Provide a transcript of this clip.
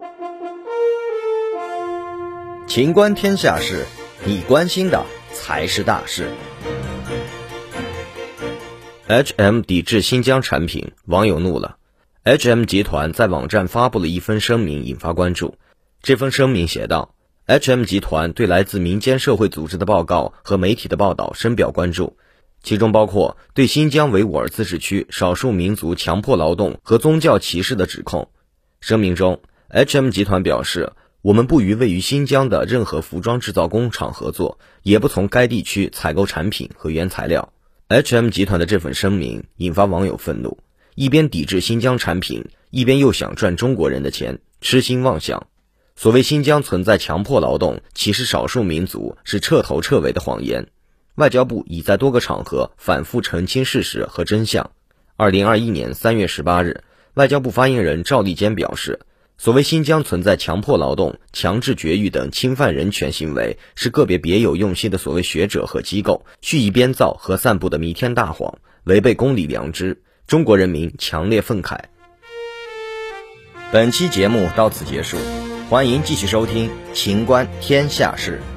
情观天下事，你关心的才是大事。HM 抵制新疆产品，网友怒了。HM 集团在网站发布了一份声明，引发关注。这份声明写道， HM 集团对来自民间社会组织的报告和媒体的报道深表关注，其中包括对新疆维吾尔自治区少数民族强迫劳动和宗教歧视的指控。声明中， HM 集团表示，我们不与位于新疆的任何服装制造工厂合作，也不从该地区采购产品和原材料。HM 集团的这份声明引发网友愤怒，一边抵制新疆产品，一边又想赚中国人的钱，痴心妄想。所谓新疆存在强迫劳动、歧视少数民族是彻头彻尾的谎言。外交部已在多个场合反复澄清事实和真相。2021年3月18日，外交部发言人赵立坚表示，所谓新疆存在强迫劳动、强制绝育等侵犯人权行为，是个别别有用心的所谓学者和机构蓄意编造和散布的弥天大谎，违背公理良知，中国人民强烈愤慨。本期节目到此结束，欢迎继续收听《情观天下事》。